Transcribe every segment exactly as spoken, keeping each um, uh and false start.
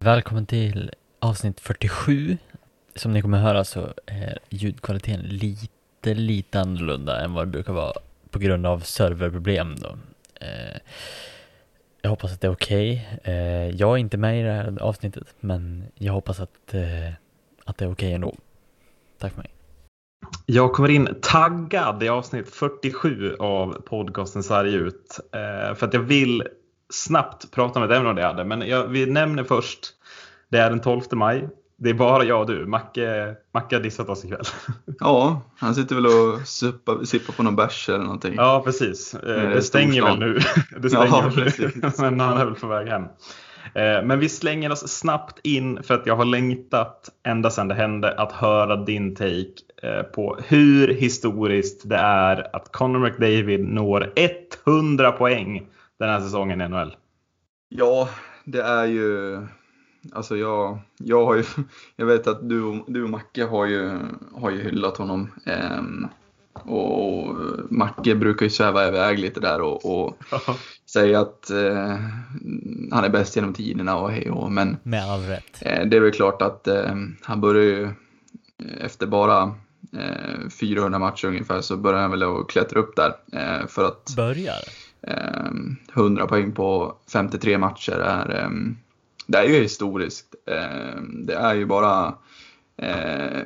Välkommen till avsnitt fyrtiosju. Som ni kommer höra så är ljudkvaliteten lite, lite annorlunda än vad det brukar vara på grund av serverproblem då. Eh, jag hoppas att det är okej. Okay. Eh, jag är inte med i det här avsnittet, men jag hoppas att, eh, att det är okej okay ändå. Tack för mig. Jag kommer in taggad i avsnitt fyrtiosju av podcasten Sarg ut. Eh, för att jag vill snabbt prata med dem om det jag hade. Men jag, vi nämner först, det är den tolfte maj. Det är bara jag och du. Macke, Macke har dissat oss ikväll. Ja, han sitter väl och sippar, sippar på någon bärs eller någonting. Ja, precis. Eh, det, det stänger väl nu. Det stänger ja, väl nu. Men han är väl på väg hem. Eh, men vi slänger oss snabbt in för att jag har längtat ända sedan det hände att höra din take eh, på hur historiskt det är att Connor McDavid når hundra poäng den här säsongen i N H L. Ja, det är ju... Alltså jag, jag har ju... Jag vet att du, du och Macke har ju, har ju hyllat honom. Ehm, och Macke brukar ju sväva iväg lite där och, och säga att eh, han är bäst genom tiderna och hej och, men... Med all rätt. Eh, det är väl klart att eh, han börjar ju efter bara eh, fyrahundra matcher ungefär så börjar han väl att klättra upp där. Eh, för att... Börjar? Eh, hundra poäng på femtiotre matcher är... Eh, det är ju historiskt. Eh, det är ju bara eh,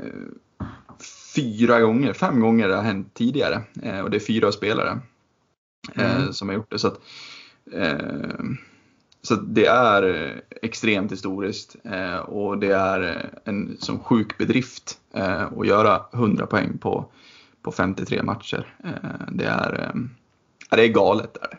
fyra gånger, fem gånger det har hänt tidigare. Eh, och det är fyra spelare eh, mm. som har gjort det. Så, att, eh, så att det är extremt historiskt. Eh, och det är en som sjuk bedrift eh, att göra hundra poäng på, på femtiotre matcher. Eh, det, är, eh, det är galet där.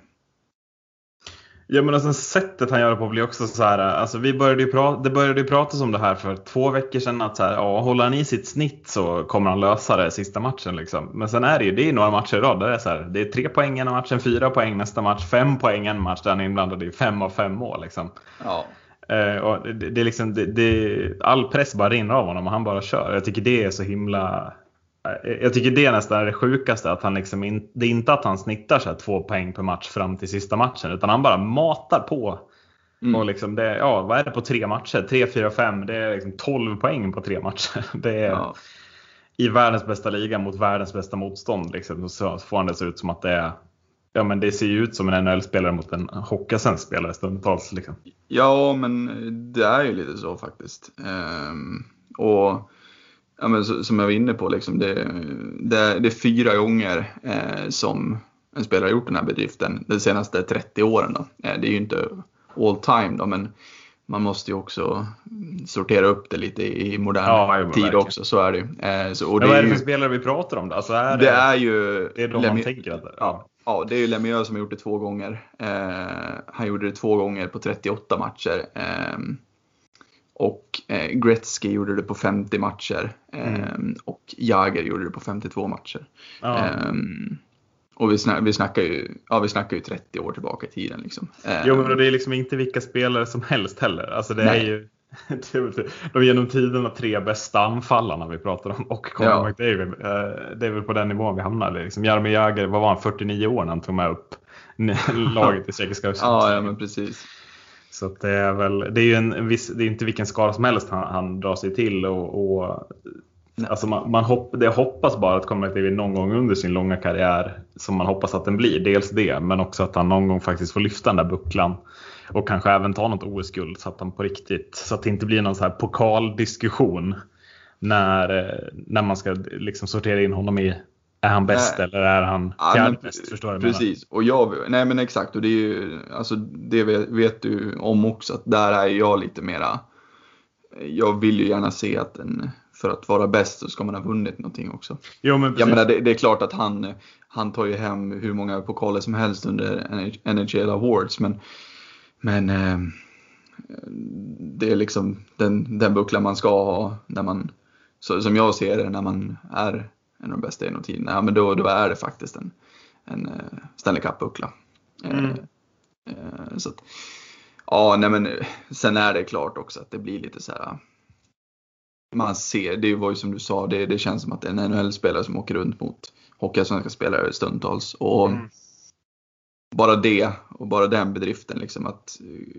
Ja, men alltså sättet han gör det på blir också så här, alltså vi började ju prata, det började ju pratas om det här för två veckor sedan att så här, ja, håller han i sitt snitt så kommer han lösa det sista matchen liksom. Men sen är det ju, det är några matcher i rad där det är så här, det är tre poäng en matchen, fyra poäng nästa match, fem poäng en match där han är inblandad i fem av fem mål liksom. Ja. Eh, och det, det är liksom, det, det, all press bara rinner av honom och han bara kör. Jag tycker det är så himla... Jag tycker det är nästan det sjukaste att han liksom in, det är inte att han snittar så här två poäng per match fram till sista matchen utan han bara matar på mm. och liksom det, ja, vad är det på tre matcher? tre, fyra, fem, det är liksom tolv poäng på tre matcher. Det är ja. I världens bästa liga mot världens bästa motstånd liksom, så får han det se ut som att det är, ja men det ser ju ut som en N H L-spelare mot en Hockeyallsvenskan-spelare stundtals liksom. Ja, men det är ju lite så faktiskt. Ehm, och ja, men som jag var inne på, liksom, det, det, det är fyra gånger eh, som en spelare har gjort den här bedriften de senaste trettio åren. Då. Eh, det är ju inte all time då, men man måste ju också sortera upp det lite i modern ja, tid verkligen. Också, så är det ju. Eh, så, och det vad är det för ju, spelare vi pratar om då? Alltså är det, det är ju... Det är de man tänker att det, ja. Ja, det är ju Lemieux som har gjort det två gånger. Eh, han gjorde det två gånger på trettioåtta matcher. Eh, Och eh, Gretzky gjorde det på femtio matcher. Eh, mm. Och Jagr gjorde det på femtiotvå matcher. Ja. Eh, och vi, snack, vi, snackar ju, ja, vi snackar ju trettio år tillbaka i tiden. Liksom. Eh, jo, men det är liksom inte vilka spelare som helst heller. Alltså det nej. Är ju de genom tiderna tre bästa anfallarna vi pratar om. Och Connor ja. McDavid. Eh, det är väl på den nivån vi hamnar. Liksom. Jaromir Jagr, vad var han, fyrtionio år när han tog med upp laget i Tjeckoslovakien. Ja, ja, men precis. Så att det är väl, det är ju en, en viss, det är inte vilken skara som helst han, han drar sig till och, och alltså man, man hopp, det hoppas bara att kommer till någon gång under sin långa karriär som man hoppas att den blir, dels det, men också att han någon gång faktiskt får lyfta den där bucklan och kanske även ta något O S-guld så att han på riktigt, så att det inte blir någon så här pokaldiskussion när, när man ska liksom sortera in honom i. Är han bäst nej. Eller är han fjärde ja, bäst? Förstår du? Precis. Och jag, nej men exakt. Och det är ju, alltså det vet, vet du om också att där är jag lite mera. Jag vill ju gärna se att en, för att vara bäst så ska man ha vunnit någonting också. Jo, men jag menar, det, det är klart att han, han tar ju hem hur många pokaler som helst under N H L Awards. Men, men eh, det är liksom den, den bucklan man ska ha när man, så, som jag ser det, när man är en av de bästa genom tiden. Ja, men då, då är det faktiskt en, en uh, Stanley Cup-buckla. Mm. Uh, uh, så att, ja, nej men sen är det klart också att det blir lite så här. Man ser, det var ju som du sa, det, det känns som att det är en N H L-spelare som åker runt mot hockeyallsvenska spelare stundtals. Och, mm. bara det och bara den bedriften liksom, att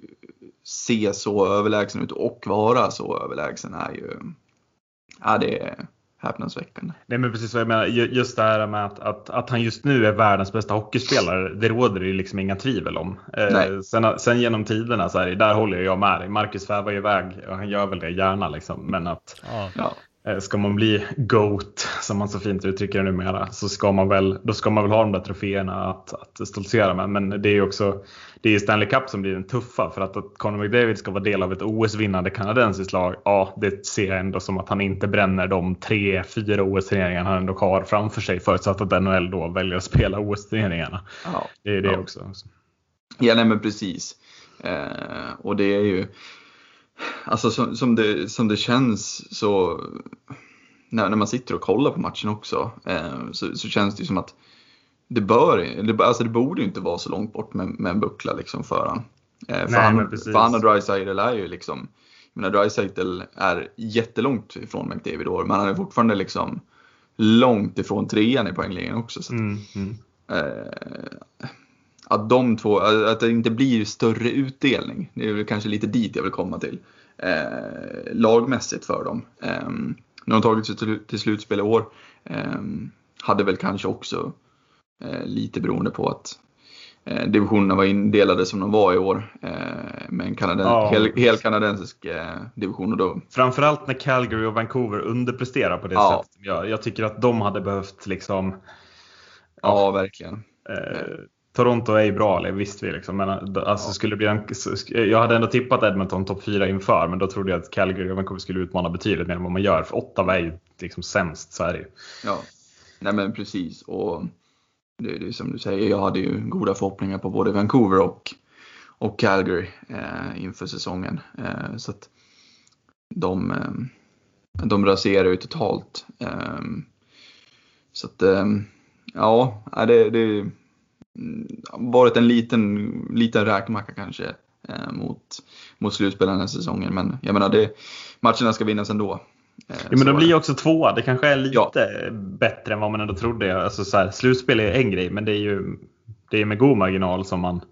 se så överlägsen ut och vara så överlägsen är ju, ja, det är häpnadsväckande. Nej, men precis vad jag menar, just det här med att, att, att han just nu är världens bästa hockeyspelare, det råder det ju liksom inga tvivel om. Eh, sen, sen genom tiderna så här, där håller jag med dig. Marcus färvar ju iväg och han gör väl det gärna liksom, men att ja. eh, ska man bli GOAT, som man så fint uttrycker det numera, så ska man väl, då ska man väl ha de där troféerna att, att stoltsera med. Men det är ju också, det är ju Stanley Cup som blir den tuffa, för att, att Conor McDavid ska vara del av ett O S-vinnande kanadensiskt lag, ja, det ser jag ändå som att han inte bränner de tre, fyra O S-turneringar han ändå har framför sig, förutsatt att N H L då väljer att spela O S-turneringarna. Ja. Det är det ja. också. Ja, nej men precis. Eh, och det är ju, alltså som, som, det, som det känns så, när, när man sitter och kollar på matchen också, eh, så, så känns det ju som att det bör, det, alltså det borde ju inte vara så långt bort med, med en buckla liksom för han. Eh, för, Nej, han för han och Draisaitl är ju liksom, jag menar, Draisaitl är jättelångt ifrån McDavid år, men han är fortfarande liksom långt ifrån trean i poängligan också. Så att, mm, mm. Eh, att de två, att det inte blir större utdelning, det är väl kanske lite dit jag vill komma till, eh, lagmässigt för dem. Eh, när de tagit sig till, till slutspel i år, eh, hade väl kanske också eh, lite beroende på att eh, divisionerna var indelade som de var i år, eh, med en kanaden, ja. hel, hel kanadensisk eh, division. Och då... Framförallt när Calgary och Vancouver underpresterar på det ja. sättet. Jag, jag tycker att de hade behövt liksom... Ja, ja verkligen. Eh, Toronto är ju bra, visst vi liksom, men alltså ja. skulle bli en, jag hade ändå tippat Edmonton topp fyra inför, men då trodde jag att Calgary och Vancouver skulle utmana betydligt mer än vad man gör, för åtta är ju liksom sämst, så är det ju. Ja, nej men precis, och det, det är som du säger, jag hade ju goda förhoppningar på både Vancouver och, och Calgary eh, inför säsongen, eh, så att de, eh, de raserar ju totalt, eh, så att eh, ja, det, det varit en liten, liten räkmacka kanske eh, mot, mot slutspelarna den här säsongen. Men jag menar, det, matcherna ska vinnas ändå. Eh, ja, men de blir ju också tvåa. Det kanske är lite ja. bättre än vad man ändå trodde. Alltså, så här, slutspel är en grej, men det är ju det är med god marginal som man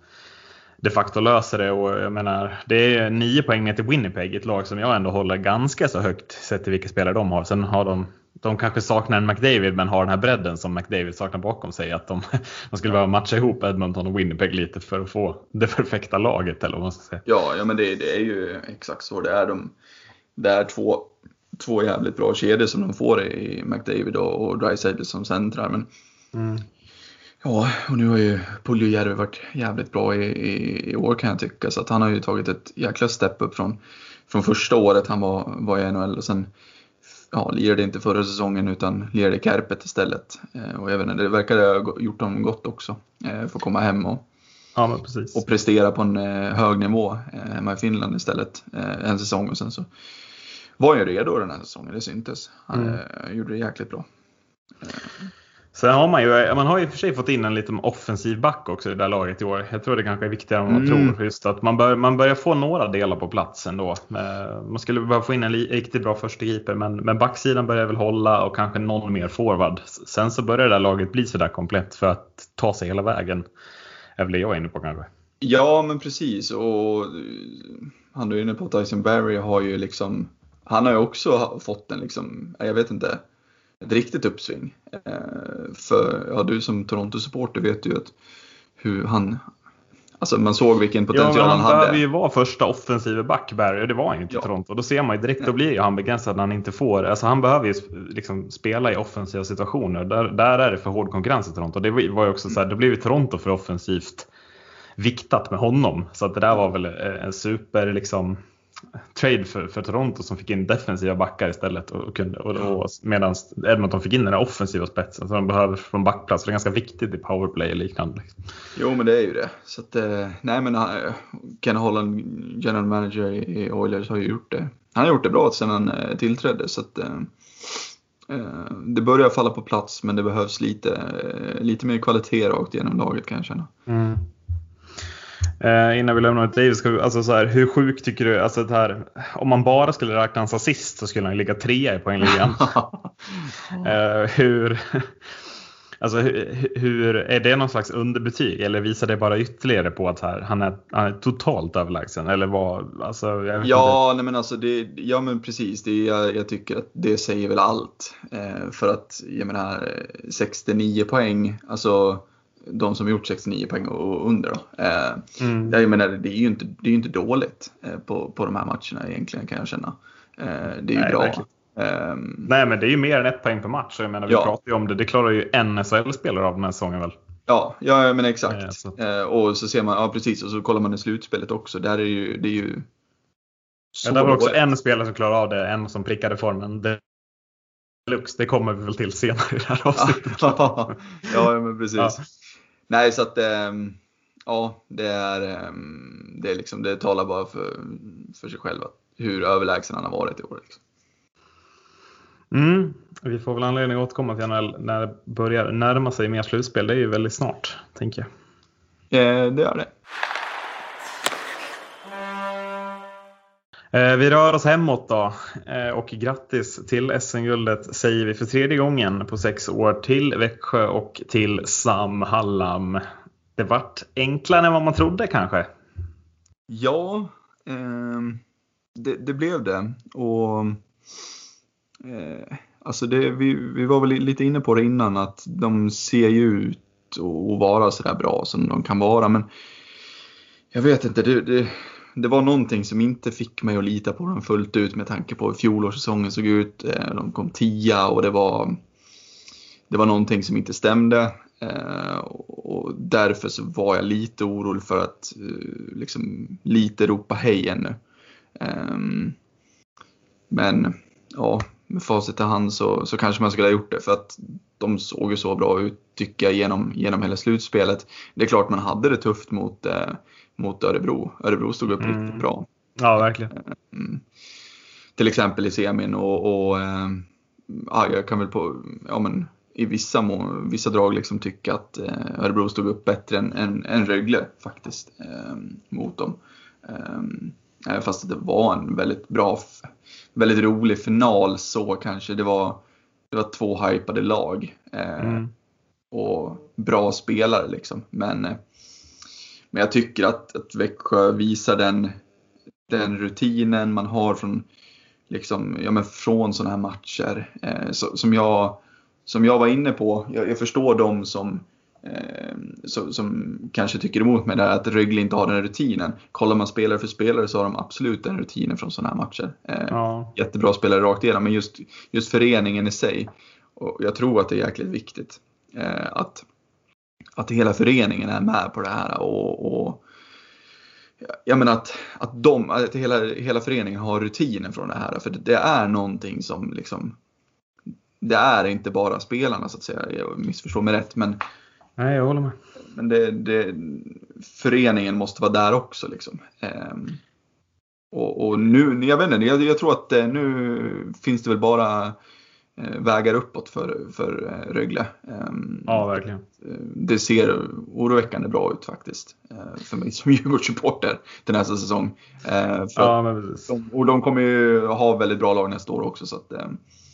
de facto löser det. Och jag menar, det är nio poäng ner till Winnipeg, ett lag som jag ändå håller ganska så högt sett till vilka spelare de har. Sen har de De kanske saknar en McDavid, men har den här bredden som McDavid saknar bakom sig, att de, de skulle behöva matcha ihop Edmonton och Winnipeg lite för att få det perfekta laget, eller vad man ska säga. Ja, ja men det, det är ju exakt så det är. De, det är två, två jävligt bra kedjor som de får i McDavid och, och Draisaitl som centrar. Men mm. ja, och nu har ju Puljujärvi varit jävligt bra i, i, i år kan jag tycka. Så att han har ju tagit ett jäkla step upp från, från första året han var, var i N H L, och sen ja, lirade inte förra säsongen utan lirade Kärpet istället. Eh, och även det verkar ha gjort dem gott också. Eh, för att komma hem och, ja, men precis. och prestera på en eh, hög nivå eh, hemma i Finland istället. Eh, en säsong, och sen så var jag redo den här säsongen, det syntes. Han mm. eh, gjorde det jäkligt bra. Eh. Sen har man ju, man har ju för sig fått in en liten offensiv back också i det där laget i år. Jag tror det kanske är viktigare än man mm. tror. Just att man, bör, man börjar få några delar på plats ändå. Man skulle behöva få in en riktigt bra första keeper, men, men backsidan börjar väl hålla, och kanske någon mer forward. Sen så börjar det där laget bli så där komplett för att ta sig hela vägen. Är väl det jag är inne på kanske. Ja, men precis. Och han är inne på att Tyson Barrie har ju liksom, han har ju också fått en liksom, jag vet inte, ett riktigt uppsving. Eh, för ja, du som Toronto-supporter vet ju att hur han, alltså man såg vilken potential ja, han, han hade. Han behöver ju vara första offensiva back, Barry, och det var han inte i ja. Toronto. Då ser man ju direkt, då blir ju han begränsad när han inte får, alltså han behöver ju liksom spela i offensiva situationer. Där, där är det för hård konkurrens i Toronto. Det var ju också så här, då blev ju Toronto för offensivt viktat med honom. Så att det där var väl en super liksom trade för, för Toronto, som fick in defensiva backar istället, och, och kunde, och, och medan Edmonton fick in den här offensiva spetsen som de behöver från backplats, för det är ganska viktigt i powerplay och liknande. Jo, men det är ju det. Så att, nej men Ken Holland, general manager i Oilers, har ju gjort det. Han har gjort det bra sedan han tillträdde, så att det börjar falla på plats, men det behövs lite, lite mer kvalitet rakt genom laget, kan jag känna. Mm. Eh, innan vi lämnar ut Davis, ska vi, alltså så här, hur sjuk tycker du, alltså det här, om man bara skulle räkna hans assist så skulle han ligga trea i poängligan. eh, hur Alltså hur, hur är det någon slags underbetyg eller visar det bara ytterligare på att här, han, är, han är totalt överlägsen eller vad, alltså jag vet Ja, inte. nej men alltså det, ja men precis, det, jag, jag tycker att det säger väl allt. Eh, för att, jag menar, sextionio poäng, alltså de som gjort sextionio poäng och under då. Eh, mm. Jag menar, det är ju inte, det är ju inte dåligt eh, på, på de här matcherna egentligen, kan jag känna. Eh, det är ju nej, bra. Um, Nej, men det är ju mer än ett poäng per match. Jag menar, vi ja. pratar ju om det. Det klarar ju en S H L-spelare av den här säsongen väl? Ja, ja men exakt. Eh, så. Eh, och så ser man, ja precis, och så kollar man i slutspelet också. Där är ju, det är ju så ja, det var också dåligt. En spelare som klarar av det, en som prickade formen. Det, Lux, det kommer vi väl till senare i det här avsnittet. ja, ja, men precis. Ja. Nej, så att ähm, ja, det är, ähm, det är liksom, det talar bara för, för sig själva hur överlägsen han har varit i år liksom. Mm, vi får väl anledning att återkomma till N H L när det börjar närma sig mer slutspel. Det är ju väldigt snart, tänker jag. Eh, det gör det. Eh, vi rör oss hemåt då. Eh, och grattis till S M-guldet säger vi för tredje gången på sex år till Växjö och till Sam Hallam. Det vart enklare än vad man trodde kanske. Ja, eh, det, det blev det. Och... Eh, alltså det, vi, vi var väl lite inne på det innan att de ser ju ut att vara så där bra som de kan vara, men jag vet inte, det, det, det var någonting som inte fick mig att lita på dem fullt ut med tanke på hur fjolårssäsongen såg ut. Eh, de kom tia och det var det var någonting som inte stämde, eh, och därför så var jag lite orolig för att eh, liksom lite ropa hej ännu. Eh, men ja, med facit i hand så, så kanske man skulle ha gjort det, för att de såg ju så bra ut tycker jag genom, genom hela slutspelet. Det är klart man hade det tufft mot, eh, mot Örebro. Örebro stod upp mm. riktigt bra. Ja, verkligen. Mm. Till exempel i semin och, och eh, ja, jag kan väl på, ja, men, i vissa, må, vissa drag liksom tycka att eh, Örebro stod upp bättre än, än, än Rögle faktiskt eh, mot dem. Eh, fast det var en väldigt bra, väldigt rolig final så kanske. Det var, det var två hypade lag eh, mm. och bra spelare liksom. Men, eh, men jag tycker att, att Växjö visar den, den rutinen man har från, liksom, ja, men från sådana här matcher. Eh, så, som, jag, som jag var inne på, jag, jag förstår dem som Eh, som, som kanske tycker emot mig där, att Rögle inte har den rutinen. Kollar man spelare för spelare så har de absolut den rutinen från sådana här matcher. eh, ja. Jättebra spelare rakt igenom, men just, just föreningen i sig, och jag tror att det är jäkligt viktigt eh, att, att hela föreningen är med på det här, och, och jag menar att, att, de, att hela, hela föreningen har rutinen från det här, för det, det är någonting som liksom, det är inte bara spelarna så att säga, jag missförstår mig rätt, men nej, jag håller med. Men det, det, föreningen måste vara där också liksom. Ehm, och, och nu, jag vet inte, jag, jag tror att nu finns det väl bara eh, vägar uppåt för, för eh, Rögle. Ehm, ja, verkligen. Det ser oroväckande bra ut faktiskt. Eh, för mig som Djurgårdssupporter till nästa säsong. Eh, för ja, men de, och de kommer ju ha väldigt bra lag nästa år också, så att eh,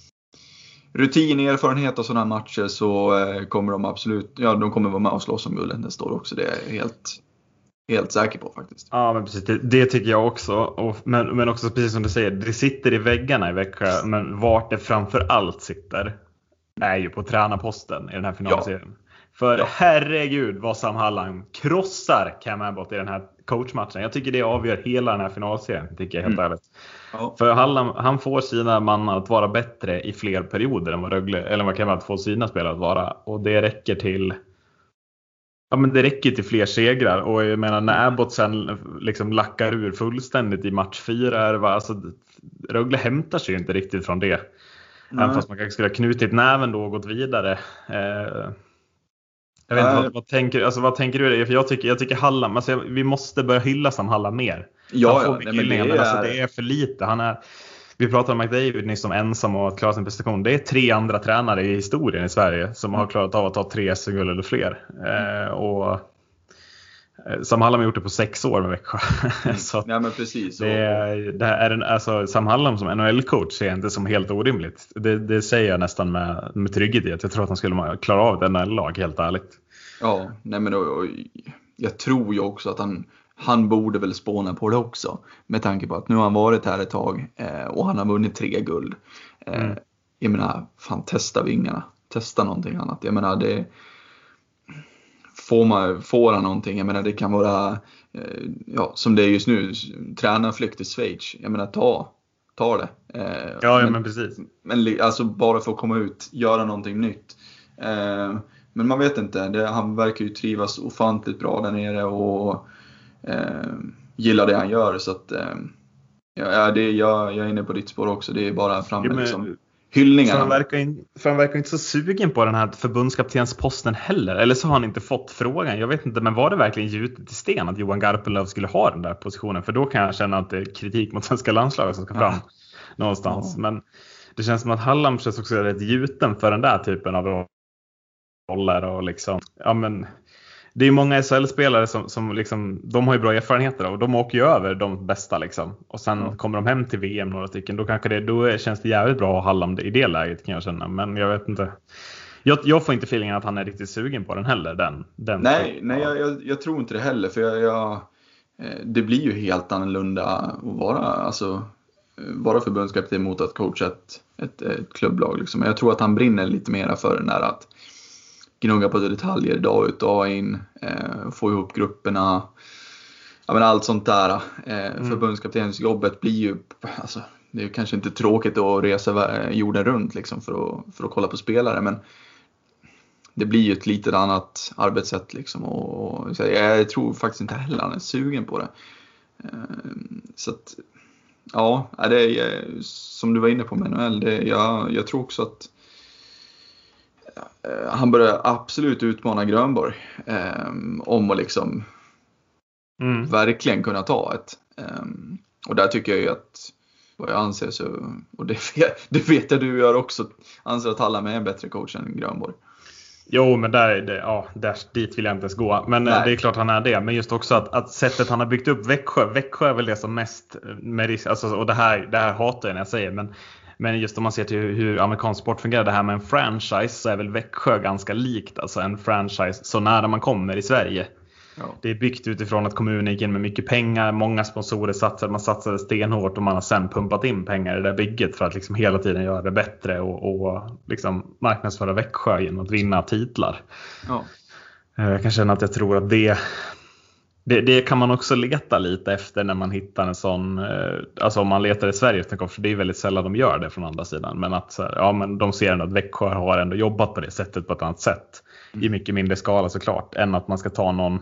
rutin, erfarenhet och sådana här matcher, så eh, kommer de absolut, ja, de kommer vara med och slåss om guldet nästa år också. Det är jag helt, helt säker på faktiskt. Ja, men precis, det, det tycker jag också. Och, men, men också precis som du säger, det sitter i väggarna i Växjö, men vart det framför allt sitter är ju på tränarposten i den här finalserien. Ja. För ja. herregud vad Sam Hallam krossar Cam Abbott i den här coachmatchen. Jag tycker det avgör hela den här finalserien, tycker jag helt mm. ärligt. Ja. För Hallam, han får sina mannar att vara bättre i fler perioder än vad Rögle, eller vad Cam Abbott får sina spelare att vara. Och det räcker till, ja, men det räcker till fler segrar. Och jag menar, när Abbott sen liksom lackar ur fullständigt i match fyra, alltså Rögle hämtar sig ju inte riktigt från det. Mm. Även fast man kanske skulle ha knutit näven då och gått vidare. Eh, Jag vet inte, vad, vad, tänker, alltså, vad tänker du? För jag tycker, jag tycker Hallam, alltså, vi måste börja hylla Sam Hallam mer. Ja, han får ja, nej, men det, är... men alltså, det är för lite. Han är, vi pratade om McDavid nyss som ensam och att klara sin prestation. Det är tre andra tränare i historien i Sverige som har klarat av att ta tre S M-guld eller fler. Eh, och Sam Hallam har gjort det på sex år med Växjö. Så ja, men precis. det, är, det här är en, alltså, Sam Hallam som N H L-coach ser jag inte som helt orimligt. Det, det säger jag nästan med, med trygghet i att jag tror att han skulle klara av ett N H L-lag, helt ärligt. Ja, nej men och, och, jag tror ju också att han, han borde väl spåna på det också. Med tanke på att nu har han varit här ett tag eh, och han har vunnit tre guld. Eh, mm. Jag menar, fan, testa vingarna. Testa någonting annat. Jag menar, det... Får, man, får han någonting, jag menar det kan vara eh, ja, som det är just nu, tränarflykt i Schweiz, jag menar ta, ta det eh, ja, men, ja men precis men alltså bara för att komma ut, göra någonting nytt eh, men man vet inte, det, han verkar ju trivas ofantligt bra där nere och eh, gillar det han gör, så att eh, ja, det, jag, jag är inne på ditt spår också, det är bara framme ja, men... liksom hyllningarna. För han, verkar in, för han verkar inte så sugen på den här förbundskaptensposten heller. Eller så har han inte fått frågan. Jag vet inte, men var det verkligen gjutet i sten att Johan Garpenlöv skulle ha den där positionen? För då kan jag känna att det är kritik mot svenska landslaget som ska fram ja. någonstans. Ja. Men det känns som att Hallam känns också rätt gjuten för den där typen av roller. Och liksom, ja men... Det är ju många S H L-spelare som, som liksom, de har ju bra erfarenheter och de åker ju över de bästa liksom. Och sen ja. kommer de hem till V M några stycken. Då kanske det, då känns det jävligt bra att ha Hallam i det läget, kan jag känna. Men jag vet inte. Jag, jag får inte feelingen att han är riktigt sugen på den heller. Den, den nej, typ. nej jag, jag, jag tror inte det heller. För jag, jag, det blir ju helt annorlunda att vara, alltså, vara förbundskapten mot att coacha ett, ett, ett klubblag. Liksom. Jag tror att han brinner lite mera för den där att gnugga på detaljer dag ut dag in, eh, få ihop grupperna, ja, men allt sånt där. Eh, mm. Förbundskaptensjobbet blir ju, alltså, det är kanske inte tråkigt att resa jorden runt liksom, för, att, för att kolla på spelare, men det blir ju ett lite annat arbetssätt liksom, och, och så jag tror faktiskt inte heller han är sugen på det. Eh, så att, ja, det är, som du var inne på med N H L, det, jag, jag tror också att han börjar absolut utmana Grönborg eh, om att liksom mm. verkligen kunna ta ett. Eh, och där tycker jag ju att vad jag anser så, och det vet, det vet jag du gör också, anser att Hallam är en bättre coach än Grönborg. Jo, men där, det, ja, där, dit vill jag inte ens gå. Men Nej. det är klart han är det. Men just också att, att sättet han har byggt upp Växjö, Växjö är väl det som mest med risk, alltså, och det här, det här hatar jag när jag säger, men Men just om man ser till hur, hur amerikansk sport fungerar, det här med en franchise, så är väl Växjö ganska likt. Alltså en franchise så nära man kommer i Sverige. Ja. Det är byggt utifrån att kommunen gick in med mycket pengar. Många sponsorer satsade, man satsade stenhårt och man har sen pumpat in pengar i det där bygget för att liksom hela tiden göra det bättre och, och liksom marknadsföra Växjö genom att vinna titlar. Ja. Jag kan känna att jag tror att det... Det, det kan man också leta lite efter när man hittar en sån, alltså om man letar i Sverige efter en coach, för det är väldigt sällan de gör det från andra sidan, men att ja, men de ser ändå att Växjö har ändå jobbat på det sättet på ett annat sätt, mm. i mycket mindre skala såklart, än att man ska ta någon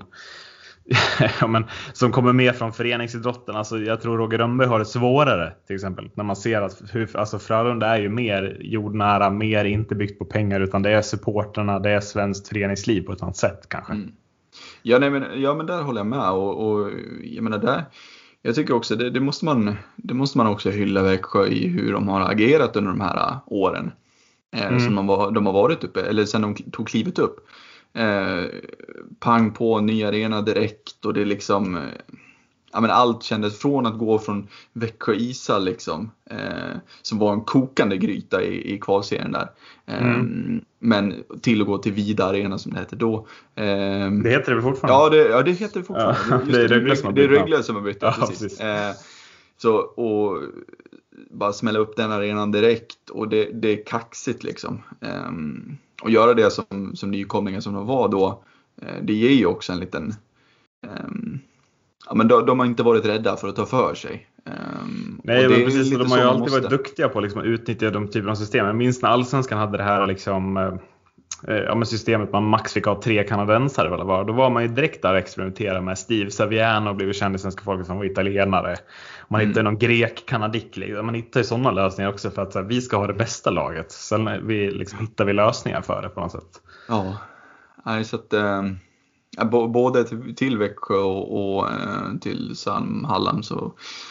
ja, men, som kommer med från föreningsidrotten. Alltså, jag tror Roger Rönnberg har det svårare till exempel, när man ser att hur, alltså, Frölunda är ju mer jordnära, mer inte byggt på pengar, utan det är supporterna, det är svenskt föreningsliv på ett annat sätt kanske. Mm. Ja, nej, men, ja, men där håller jag med. Och, och jag menar där, jag tycker också det, det, måste man, det måste man också hylla Växjö i hur de har agerat under de här åren. Eh, mm. Som de, var, de har varit uppe, eller sen de tog klivet upp. Eh, pang på, ny arena direkt, och det liksom... Eh, ja, men allt kändes från att gå från Växjö Isa liksom, eh, som var en kokande gryta i, i kvalserien där. Eh, mm. Men till att gå till Vida Arena som det heter då. Eh, det heter det väl fortfarande? Ja, det, ja, det heter det fortfarande. Ja, det är Rögle som har bytt. Det är Rögle som har bytt, ja, precis. precis. Eh, så, och bara smälla upp den arenan direkt, och det, det är kaxigt liksom. Eh, och göra det som, som nykomlingar som de var då, eh, det ger ju också en liten... Eh, Ja, men de, de har inte varit rädda för att ta för sig. Um, Nej, men precis. De har ju alltid måste. varit duktiga på liksom, att utnyttja de typerna av system. Jag minns när Allsvenskan hade det här liksom, eh, ja, med systemet man max fick ha tre kanadensare. Eller vad. Då var man ju direkt där och experimenterade med Steve Saviano och blev känd i svenska folket som var italienare. Man mm. hittade någon grek-kanadik. Liksom. Man hittade ju sådana lösningar också för att så här, vi ska ha det bästa laget. Sen vi, liksom, hittar vi lösningar för det på något sätt. Ja, Nej, så att... Um... Både till Växjö och, och till Sam Hallam, så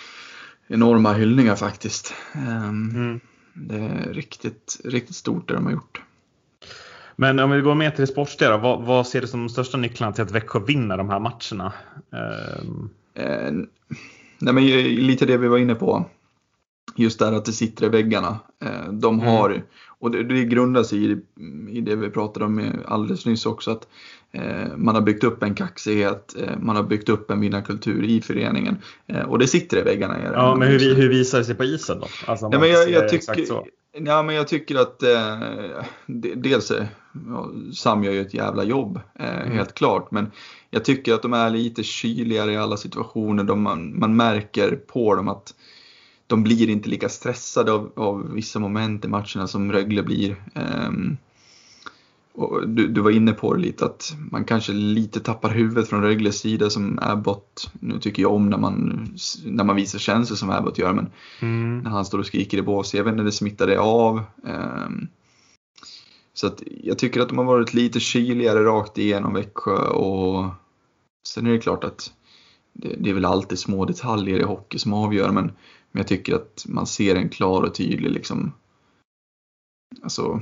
enorma hyllningar faktiskt. Mm. Det är riktigt, riktigt stort det de har gjort. Men om vi går med till det sportsliga då, vad, vad ser du som de största nycklarna till att Växjö vinner de här matcherna? Um... Eh, nej men lite det vi var inne på. Just där att det sitter i väggarna. Eh, de har, mm. och det, det grundar sig i, i det vi pratade om alldeles nyss också, att eh, man har byggt upp en kaxighet, eh, man har byggt upp en vinnarkultur i föreningen. Eh, och det sitter i väggarna. Ja, men hur, hur visar det sig på isen då? Alltså, nej, men jag, jag tycker... Ja, men jag tycker att eh, dels är ja, Sam gör ju ett jävla jobb, eh, mm. helt klart. Men jag tycker att de är lite kyligare i alla situationer. De, man, man märker på dem att de blir inte lika stressade av, av vissa moment i matcherna som Rögle blir. Eh, och du, du var inne på det lite, att man kanske lite tappar huvudet från Rögles sida som Abbott. Nu tycker jag om när man, när man visar känslor som Abbott gör, men mm. när han står och skriker i bås, jag vet inte, det smittar det av. Um, så att jag tycker att de har varit lite kyligare rakt igenom Växjö, och sen är det klart att det, det är väl alltid små detaljer i hockey som avgör, men, men jag tycker att man ser en klar och tydlig liksom, alltså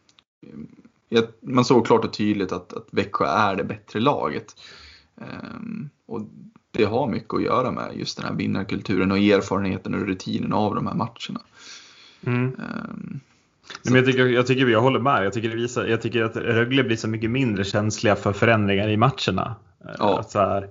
man såg klart och tydligt att, att Växjö är det bättre laget. Um, och det har mycket att göra med just den här vinnarkulturen och erfarenheten och rutinen av de här matcherna. Mm. Um, Men jag, tycker, jag tycker jag håller med. Jag tycker, det visar, jag tycker att Rögle blir så mycket mindre känsliga för förändringar i matcherna. Ja. Så här,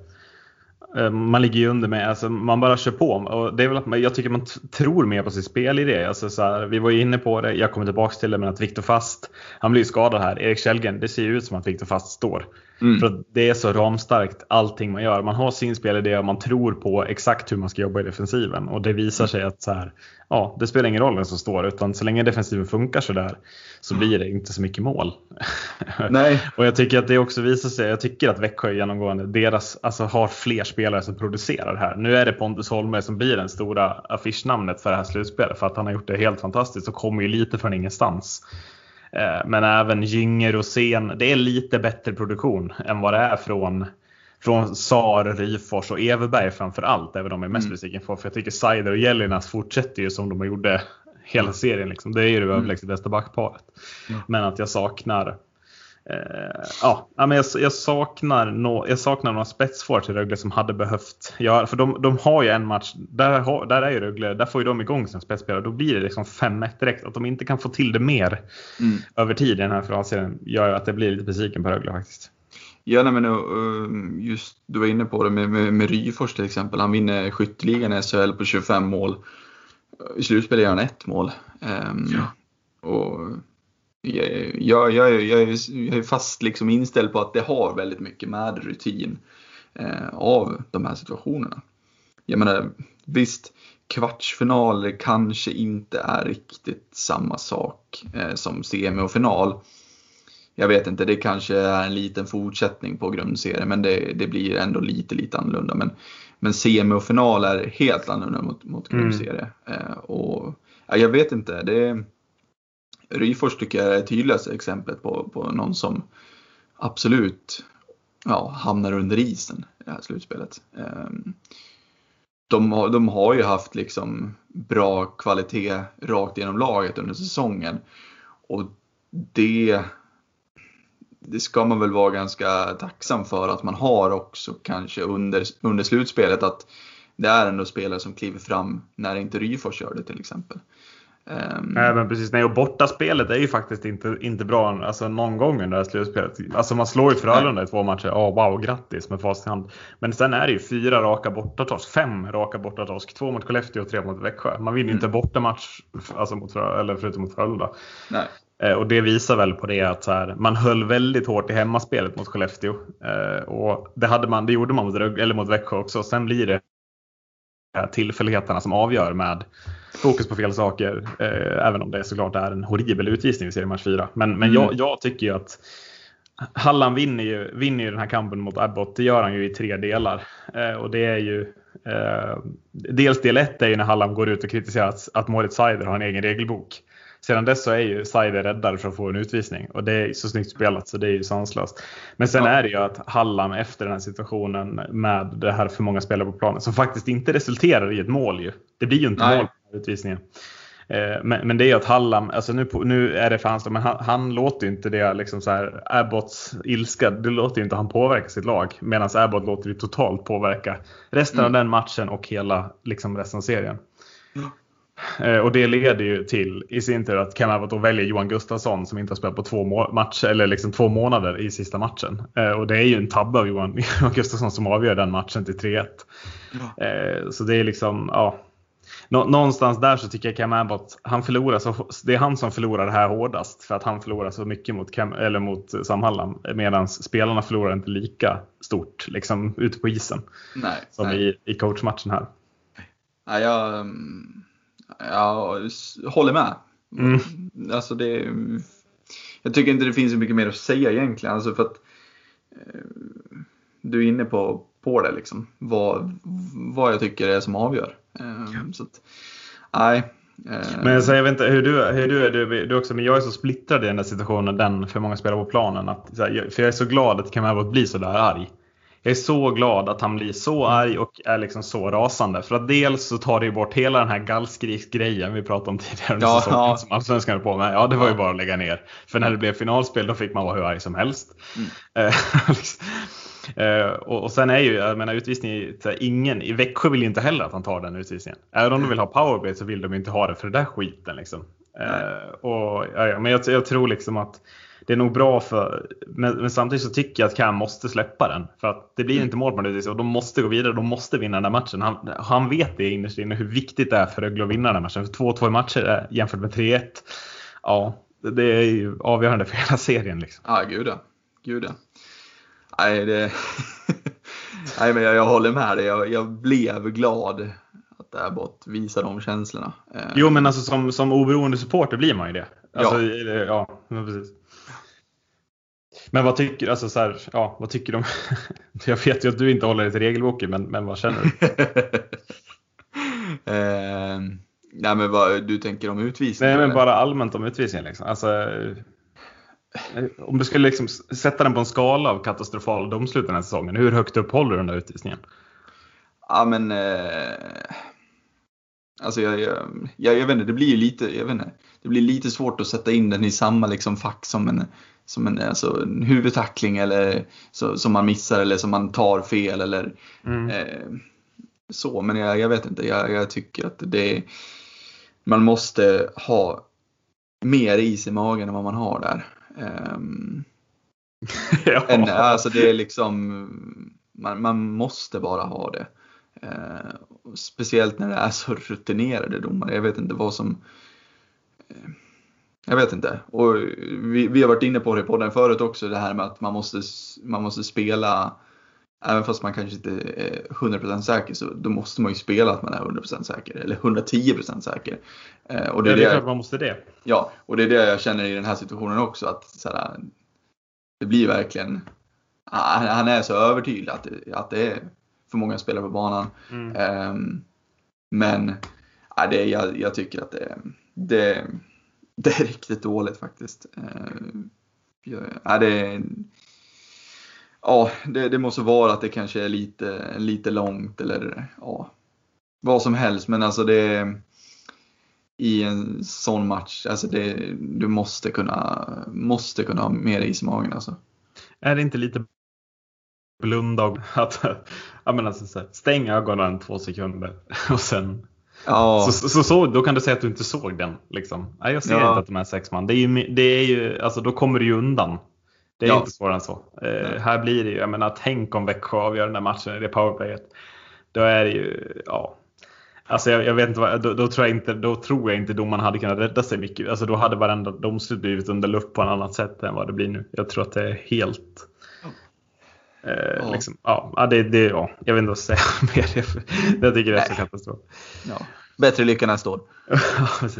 man ligger ju under med, alltså man bara kör på, och det är väl att man, jag tycker man t- tror mer på sitt spel i det. Alltså så här, vi var ju inne på det, jag kommer tillbaka till det, men att Viktor Fast, han blir skadad här. Erik Källgren, det ser ju ut som att Viktor Fast står. Mm. För att det är så ramstarkt allting man gör. Man har sin spelidé och man tror på exakt hur man ska jobba i defensiven, och det visar sig att så här, ja, det spelar ingen roll vem som står, utan så länge defensiven funkar så där, så blir det inte så mycket mål. Nej. Och jag tycker att det också visar sig, jag tycker att Växjö genomgående deras, alltså har fler spelare som producerar här. Nu är det Pontus Holmberg som blir den stora affischnamnet för det här slutspelet, för att han har gjort det helt fantastiskt och kommer ju lite från ingenstans. Men även Gynger och Sen, det är lite bättre produktion än vad det är från från Sar, Ryfors och Everberg framför allt, även om de är mest besviken på, för jag tycker Seider och Jellinas fortsätter ju som de har gjorde hela serien liksom. Det är ju det överlägset mm. bästa backparet. Mm. Men att jag saknar eh, ja, men jag, jag saknar no, jag saknar några spetsfor till Rögle som hade behövt göra, för de, de har ju en match där, har, där är ju Rögle, där får ju de igång sina spetsspelare, då blir det liksom fem ett direkt. Att de inte kan få till det mer mm. över tid i den här finalserien gör att det blir lite besviken på Rögle faktiskt. Ja, nej, men just du var inne på det med, med, med Ryfors till exempel. Han vinner skytteligan i S H L på tjugofem mål. I slutspel gör han ett mål. Um, ja. Och jag, jag, jag, jag, jag är fast liksom inställd på att det har väldigt mycket med rutin eh, av de här situationerna. Jag menar, visst, kvartsfinaler kanske inte är riktigt samma sak eh, som semi och final. Jag vet inte, det kanske är en liten fortsättning på grundserien, men det, det blir ändå lite, lite annorlunda. Men, men semi och final är helt annorlunda mot, mot grundserie. Mm. Eh, och ja, jag vet inte, det Ryfors tycker jag är det tydligaste exemplet på, på någon som absolut ja, hamnar under isen i det här slutspelet. Eh, de, har, de har ju haft liksom bra kvalitet rakt genom laget under säsongen. Och det... Det ska man väl vara ganska tacksam för att man har också kanske under, under slutspelet, att det är ändå spelare som kliver fram när inte Ryfors gör det till exempel. Um... Nej, men precis, nej, och bortaspelet är ju faktiskt inte, inte bra alltså någon gång under det här slutspelet. Alltså man slår ju Frölunda i två matcher, ja oh, wow, grattis med fast i hand. Men sen är det ju fyra raka bortatorsk, fem raka bortatorsk, två mot Skellefteå och tre mot Växjö. Man vinner ju mm. inte bortamatch alltså mot, eller förutom mot Frölunda. Nej. Och det visar väl på det att så här, man höll väldigt hårt i hemmaspelet mot Skellefteå. Eh, och det, hade man, det gjorde man mot, eller mot Växjö också. Sen blir det tillfälligheterna som avgör med fokus på fel saker. Eh, även om det såklart är en horribel utvisning i seriematch fyra. Men, men mm. jag, jag tycker ju att Halland vinner ju, vinner ju den här kampen mot Abbott. Det gör han ju i tre delar. Eh, och det är ju... Eh, dels del ett är ju när Halland går ut och kritiserar att, att Moritz Seider har en egen regelbok. Sedan dess så är ju Seider räddare för att få en utvisning. Och det är så snyggt spelat så det är ju sanslöst. Men sen ja. är det ju att Halland efter den här situationen med det här för många spelare på planen, som faktiskt inte resulterar i ett mål ju. Det blir ju inte Nej. mål på utvisningen. Eh, men, men det är ju att Hallam, alltså nu, på, nu är det fanns men han, han låter ju inte det liksom så här Abbotts ilska, det låter ju inte han påverka sitt lag, medan Abbott låter ju totalt påverka resten mm. av den matchen och hela liksom resten av serien. Mm. Eh, och det leder ju till i sin tur att Cam Abbott då väljer Johan Gustafsson som inte har spelat på två må- matcher eller liksom två månader i sista matchen. Eh, och det är ju en tabbe av Johan, Johan Gustafsson som avgör den matchen till tre ett. Ja. Eh, så det är liksom, ja. Nå- någonstans där så tycker jag Cam Abbott, han förlorar så, det är han som förlorar det här hårdast för att han förlorar så mycket mot, Cam, eller mot Sam Hallam, medan spelarna förlorar inte lika stort liksom ute på isen. Nej, som nej. I, i coachmatchen här. Ja, jag, jag håller med. Mm. Alltså det, jag tycker inte det finns så mycket mer att säga egentligen. Alltså för att eh, du är inne på, på det liksom. Vad, vad jag tycker är som avgör. Eh, så att, nej. Eh, Men så jag vet inte hur du, hur du är du, du också, men jag är så splittrad i den här situationen, den för många spelare på planen. Att, så här, för jag är så glad att Cam Abbott blir så där arg. Jag är så glad att han blir så arg och är liksom så rasande. För att dels så tar det ju bort hela den här gallskriksgrejen vi pratade om tidigare. Ja, ja. Som Allsvenskan på med. Ja, det var ju bara att lägga ner. För när det blev finalspel då fick man vara hur arg som helst. Mm. uh, och, och sen är ju, jag menar utvisning, ingen i Växjö vill inte heller att han tar den utvisningen. Även om de vill ha powerplay så vill de inte ha det för det där skiten liksom. Uh, och, ja, men jag, jag tror liksom att det är nog bra för, men, men samtidigt så tycker jag att Cam måste släppa den. För att det blir mm. inte mål på det, och de måste gå vidare, de måste vinna den här matchen. Han, han vet det innerst inne hur viktigt det är för Rögle att vinna den här matchen. För två två matcher jämfört med tre ett, ja, det är ju avgörande för hela serien liksom. Ja, gud ja. Gud ja. Nej, det... Nej, men jag, jag håller med dig. Jag, jag blev glad att Abbott visar de känslorna. Jo, men alltså som, som oberoende supporter blir man ju det. Alltså, ja. Ja, men precis. Men vad tycker, alltså så här, ja, vad tycker du om? Jag vet ju att du inte håller dig till regelboken, men, men vad känner du? eh, nej, men vad du tänker om utvisning? Nej, men bara allmänt om utvisningen liksom. Alltså, om du skulle liksom sätta den på en skala av katastrofal domslut den här säsongen, hur högt upp håller du den där utvisningen? Ja, men eh, alltså jag, jag, jag, jag vet inte, det blir ju lite, jag vet inte, det blir lite svårt att sätta in den i samma liksom fack som en som en, alltså, en huvudtackling eller så, som man missar eller som man tar fel eller mm. eh, så, men jag, jag vet inte, jag, jag tycker att det man måste ha mer is i magen än vad man har där. Um, ja. en, alltså det är liksom man, man måste bara ha det. Uh, speciellt när det är så rutinerade domare. Jag vet inte vad som uh, jag vet inte. Och vi, vi har varit inne på det på den förut också, det här med att man måste, man måste spela, även fast man kanske inte är hundra procent säker, så då måste man ju spela att man är hundra procent säker, eller hundratio procent säker. Eh, och det är, ja, det är det, klart man måste det. Ja, och det är det jag känner i den här situationen också, att såhär, det blir verkligen, han, han är så övertydlig att, att det är för många spelare på banan. Mm. Eh, men ja, det, jag, jag tycker att det, det Det är riktigt dåligt faktiskt. Ja, det, ja, det, det måste vara att det kanske är lite, lite långt eller ja, vad som helst. Men alltså det i en sån match, alltså det, du måste kunna, måste kunna ha mer is i magen. Alltså. Är det inte lite blunda och att jag menar, så här, stäng ögonen två sekunder och sen... Ja. Så, så, så, så då kan du säga att du inte såg den liksom. Nej, jag ser ja. inte att de är sex man. Det är ju, det är ju, alltså då kommer du ju undan. Det är ja. inte svårare än så. Eh, här blir det ju, jag menar, tänk om Växjö avgör den där matchen i det powerplayet. Då är det ju, ja. Alltså jag, jag vet inte vad, då, då tror jag inte, då tror jag inte domaren hade kunnat rädda sig mycket. Alltså då hade varenda domslut blivit under lupp på en annat sätt än vad det blir nu. Jag tror att det är helt... Eh, ja. Liksom, ja, det, det, ja, jag vet inte vad säga mer. Jag tycker det är så katastrof. Ja. Bättre lycka nästa år. Ja, precis.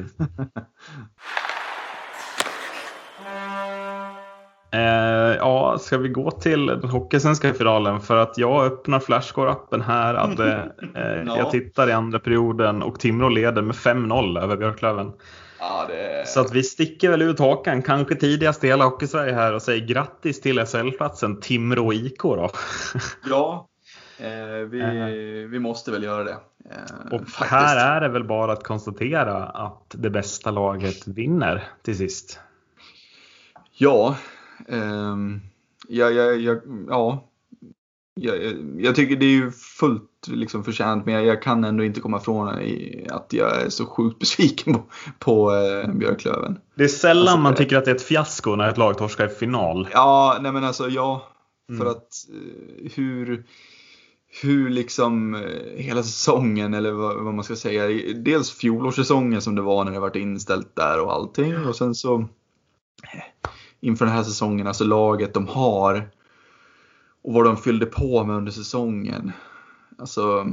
eh, ja, ska vi gå till den hockeysvenska finalen? För att jag öppnar Flashscore-appen här. Att, eh, ja. Jag tittar i andra perioden och Timrå leder med fem noll över Björklöven. Ja, det... Så att vi sticker väl ut hakan, kanske tidigast i hela Hockeysverige här, och säger grattis till S L-platsen Timrå I K då. Ja, Eh, vi, uh. vi måste väl göra det. Eh, och faktiskt. Här är det väl bara att konstatera att det bästa laget vinner till sist. Ja, eh, ja, ja, ja, ja. Jag, jag, jag tycker det är ju fullt liksom förtjänt, men jag, jag kan ändå inte komma ifrån att jag är så sjukt besviken på, på eh, Björklöven. Det är sällan alltså, man tycker att det är ett fiasko när ett lag torskar i final. Ja, nej men alltså ja, för Mm. att eh, hur hur liksom eh, hela säsongen, eller vad, vad man ska säga, dels fjolårssäsongen som det var när det varit inställt där och allting, och sen så eh, inför den här säsongen, alltså laget de har och vad de fyllde på med under säsongen. Alltså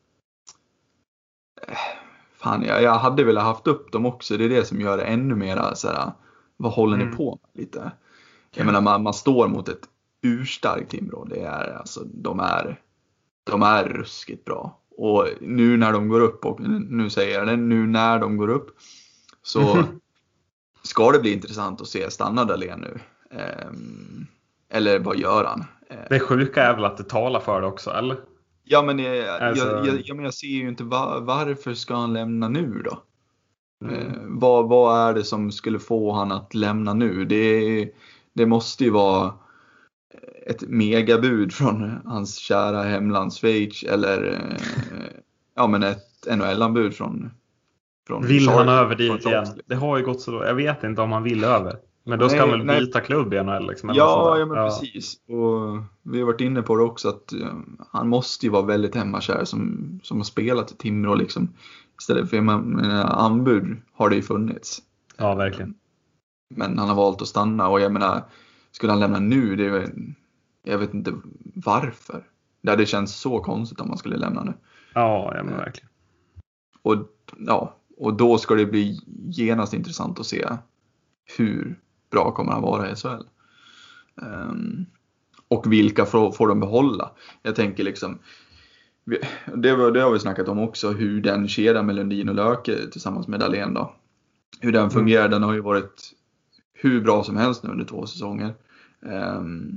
eh, fan, jag, jag hade velat haft upp dem också. Det är det som gör det ännu mer så här, vad håller Mm. ni på med lite? Jag menar, man, man står mot ett urstarkt Timrå. Det är alltså, de är de är ruskigt bra. Och nu när de går upp, och nu säger jag det, nu när de går upp så ska det bli intressant att se, stanna Dahlén nu. Um, eller vad gör han? Det sjuka är väl att det talar för det också, eller? Ja, men jag, alltså... jag, jag, jag, men jag ser ju inte var, varför ska han lämna nu då? Mm. Eh, vad, vad är det som skulle få han att lämna nu? Det, det måste ju vara ett megabud från hans kära hemland Schweiz, eller eh, ja, men ett N H L-anbud från, från Vill Charlie, han över dit igen? Charlie. Det har ju gått så då. Jag vet inte om han vill över. Men då ska Nej, han väl nej. byta klubb i N H L liksom, eller Ja, något sånt där. ja, men Ja. precis. Och vi har varit inne på det också, att uh, han måste ju vara väldigt hemmakär som, som har spelat i Timrå liksom. Istället för man, anbud har det ju funnits. Ja, verkligen. Men han har valt att stanna, och jag menar, skulle han lämna nu, det är, jag vet inte varför. Det hade känts så konstigt om man skulle lämna nu. Ja, ja men verkligen. Och, ja, och då ska det bli genast intressant att se hur bra kommer han vara i S H L. Um, och vilka får, får de behålla. Jag tänker liksom, det, var, det har vi snackat om också, hur den kedjan med Lundin och Löke tillsammans med Dahlén då, hur den fungerar. Mm. Den har ju varit hur bra som helst nu under två säsonger. Um,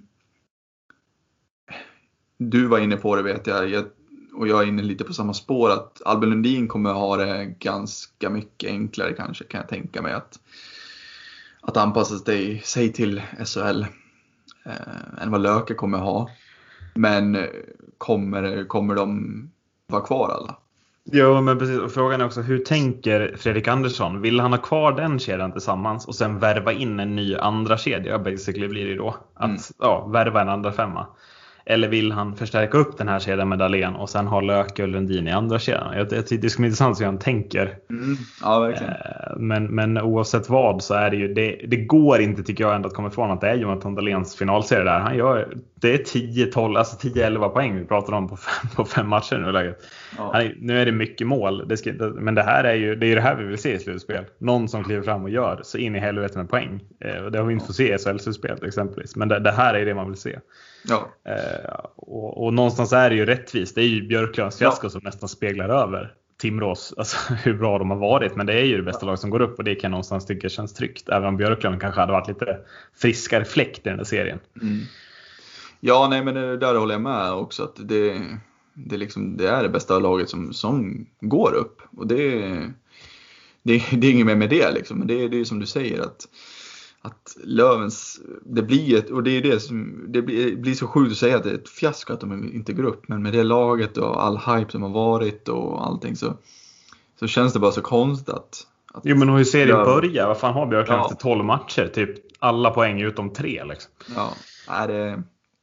du var inne på det, vet jag, jag och jag är inne lite på samma spår, att Albin Lundin kommer ha det ganska mycket enklare kanske, kan jag tänka mig, att att anpassa sig, sig till S H L eh, än vad Löke kommer ha. Men kommer, kommer de vara kvar alla? Jo, men precis. Och frågan är också, hur tänker Fredrik Andersson? Vill han ha kvar den kedjan tillsammans och sen värva in en ny andra kedja? Basically blir det då att mm. ja, värva en andra femma. Eller vill han förstärka upp den här kedjan med Dahlén och sen ha Löke och Lundin i andra kedjan? Jag, jag tycker det ska bli intressant hur han tänker. Mm. Ja, verkligen. Eh, men, men oavsett vad så är det ju, det, det går inte, tycker jag ändå, att komma ifrån att det är Jonathan Dahléns finalserie där. Han gör, det är tio tolv, alltså tio elva poäng vi pratar om på fem, på fem matcher nu i läget. Ja. Han, nu är det mycket mål, det ska, men det här är ju det, är ju det här vi vill se i slutspel. Någon som kliver fram och gör så in i helvete med poäng. Eh, och det har vi inte fått se i S H L-slutspel exempelvis. Men det, det här är det man vill se. Ja. Eh, och, och någonstans är det ju rättvist. Det är ju Björklövens fiasko ja. som nästan speglar över Timrås, alltså hur bra de har varit. Men det är ju det bästa ja. lag som går upp, och det kan jag någonstans tycka känns tryggt. Även om Björklöven kanske hade varit lite friskare fläkt i den här serien. Mm. Ja, nej, men det, där håller jag med också, att det, det, liksom, det är det bästa laget som, som går upp. Och det, det, det är inget mer med det liksom. Men det, det är som du säger, att att Lövens, det blir ett, och det är det som, det blir, blir så sjukt att säga att det är ett fiasko att de inte går upp, men med det laget och all hype som har varit och allting, så så känns det bara så konstigt att, att jo, men hur serien börjar? Vad fan har Björklöven ja. efter tolv matcher? Typ alla poäng utom tre liksom. Ja, är det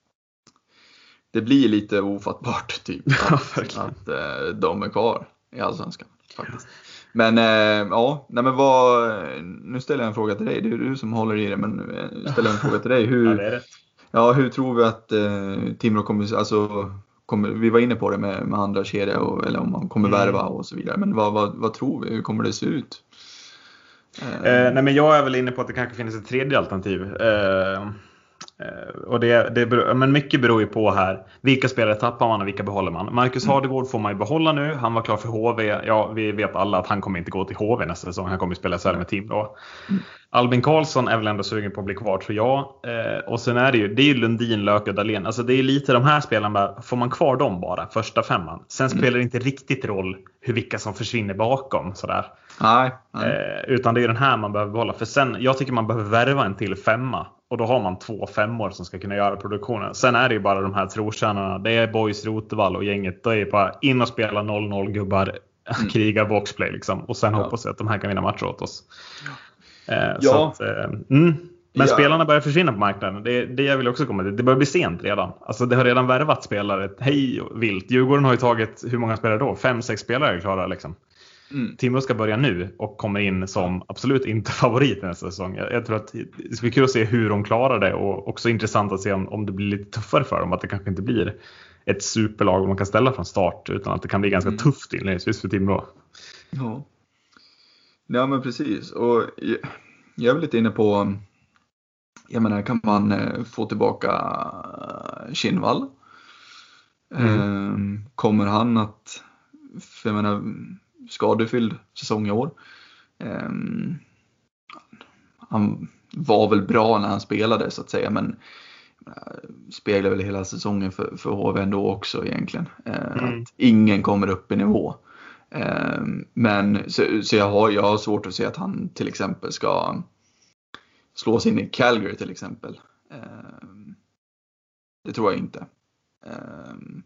det blir lite ofattbart typ att, att äh, de är kvar i Allsvenskan faktiskt. Men eh, ja, nej men vad, nu ställer jag en fråga till dig. Det är du som håller i det, men ställer en fråga till dig. Hur, ja, det är rätt. Ja, hur tror vi att eh, Timrå kommer, alltså, kommer, vi var inne på det med, med andra kedja, och, eller om man kommer mm. värva och så vidare. Men vad, vad, vad tror vi? Hur kommer det se ut? Eh, nej, men jag är väl inne på att det kanske finns ett tredje alternativ. Eh, Och det, det beror, men mycket beror ju på här. Vilka spelare tappar man och vilka behåller man? Marcus mm. Hardegård får man ju behålla nu. Han var klar för H V. Ja, vi vet alla att han kommer inte gå till H V nästa säsong. Han kommer spela S H L med team då. Mm. Albin Karlsson är väl ändå sugen på att bli kvar, tror jag. Eh, och sen är det ju, det är ju Lundin, Löke och Dahlén. Alltså det är lite de här spelarna, får man kvar dem bara, första femman. Sen spelar det mm. inte riktigt roll hur vilka som försvinner bakom sådär. Nej, nej. Eh, utan det är den här man behöver behålla. För sen, jag tycker man behöver värva en till femma. Och då har man två femmor som ska kunna göra produktionen. Sen är det ju bara de här trotjänarna. Det är Boys, Rotevall och gänget. Då är det bara in och spela noll noll gubbar. Mm. Kriga boxplay liksom. Och sen ja. hoppas jag att de här kan vinna matcher åt oss. Ja. Eh, ja. Så att, eh, mm. Men ja. spelarna börjar försvinna på marknaden. Det, det jag vill också komma till. Det börjar bli sent redan. Alltså det har redan värvat spelare. Hej och vilt. Djurgården har ju tagit, hur många spelare då? Fem, sex spelare är klara liksom. Mm. Timrå ska börja nu och kommer in som absolut inte favorit nästa säsong. Jag, jag tror att det ska bli kul att se hur de klarar det, och också intressant att se om, om det blir lite tuffare för dem, att det kanske inte blir ett superlag man kan ställa från start, utan att det kan bli ganska mm. tufft inledningsvis för Timrå. Ja. Ja, men precis. Och jag, jag är lite inne på, jag menar, kan man få tillbaka Kinnvall? Mm. Ehm, kommer han att, för jag menar, skadefylld säsong i år. Um, han var väl bra när han spelade så att säga, men uh, speglar väl hela säsongen för, för H V ändå också egentligen. Uh, mm. Att ingen kommer upp i nivå. Um, men så, så jag, har, jag har svårt att se att han till exempel ska slå sig in i Calgary till exempel. Um, det tror jag inte. Um,